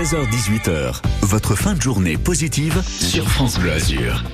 16h-18h, votre fin de journée positive sur France Bleu Azur.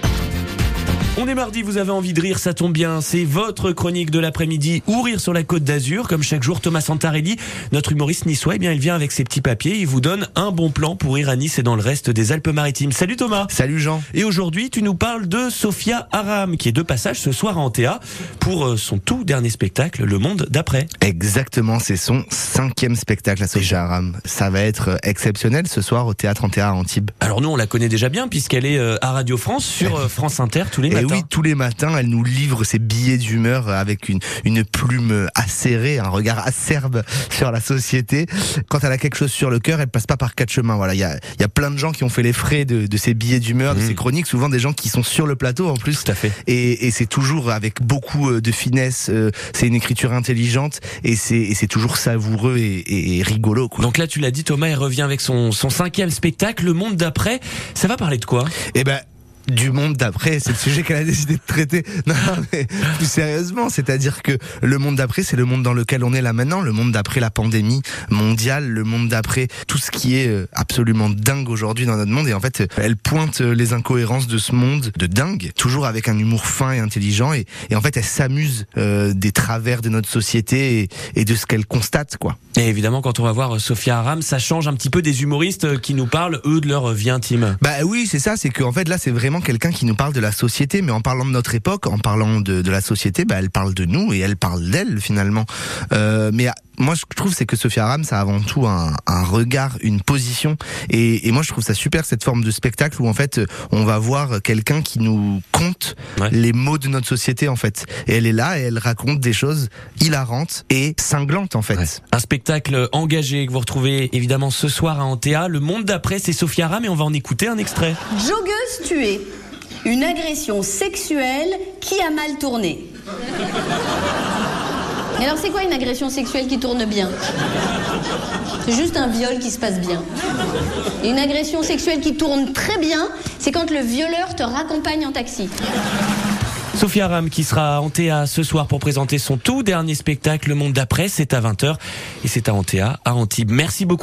On est mardi, vous avez envie de rire, ça tombe bien. C'est votre chronique de l'après-midi ou rire sur la Côte d'Azur. Comme chaque jour, Thomas Santarelli, notre humoriste niçois, eh bien, il vient avec ses petits papiers. Il vous donne un bon plan pour rire à Nice et dans le reste des Alpes-Maritimes. Salut Thomas. Salut Jean. Et aujourd'hui, tu nous parles de Sophia Aram, qui est de passage ce soir à Antea pour son tout dernier spectacle, Le Monde d'après. Exactement, c'est son 5e spectacle à Sophia Aram. Ça va être exceptionnel ce soir au Théâtre Antea à Antibes. Alors nous, on la connaît déjà bien puisqu'elle est à Radio France sur France Inter tous les matins. Et oui, tous les matins, elle nous livre ses billets d'humeur avec une plume acérée, un regard acerbe sur la société. Quand elle a quelque chose sur le cœur, elle passe pas par 4 chemins. Voilà, il y a plein de gens qui ont fait les frais de ces billets d'humeur, de ces chroniques, souvent des gens qui sont sur le plateau en plus. Tout à fait. Et c'est toujours avec beaucoup de finesse, c'est une écriture intelligente et c'est toujours savoureux et rigolo, quoi. Donc là, tu l'as dit, Thomas, elle revient avec son 5e spectacle, Le Monde d'après. Ça va parler de quoi ? Eh ben, du monde d'après, c'est le sujet qu'elle a décidé de traiter. Non, mais plus sérieusement, c'est-à-dire que le monde d'après, c'est le monde dans lequel on est là maintenant, le monde d'après la pandémie mondiale, le monde d'après tout ce qui est absolument dingue aujourd'hui dans notre monde. Et en fait, elle pointe les incohérences de ce monde de dingue, toujours avec un humour fin et intelligent. Et en fait, elle s'amuse des travers de notre société et de ce qu'elle constate, quoi. Et évidemment, quand on va voir Sophia Aram, ça change un petit peu des humoristes qui nous parlent, eux, de leur vie intime. Bah oui, c'est ça, c'est qu'en fait, là, c'est vraiment quelqu'un qui nous parle de la société, mais en parlant de notre époque, en parlant de la société, bah elle parle de nous et elle parle d'elle finalement. Mais moi, je trouve c'est que Sophia Aram, ça a avant tout un regard, une position, et moi je trouve ça super cette forme de spectacle où en fait on va voir quelqu'un qui nous conte les maux de notre société en fait. Et elle est là et elle raconte des choses hilarantes et cinglantes en fait. Ouais. Un spectacle engagé que vous retrouvez évidemment ce soir à Antea. Le Monde d'après, c'est Sophia Aram et on va en écouter un extrait. Joggeuse tuée. Une agression sexuelle qui a mal tourné. Et alors c'est quoi une agression sexuelle qui tourne bien ? C'est juste un viol qui se passe bien. Et une agression sexuelle qui tourne très bien, c'est quand le violeur te raccompagne en taxi. Sophia Aram qui sera à Antea ce soir pour présenter son tout dernier spectacle, Le Monde d'après, c'est à 20h et c'est à Antea, à Antibes. Merci beaucoup.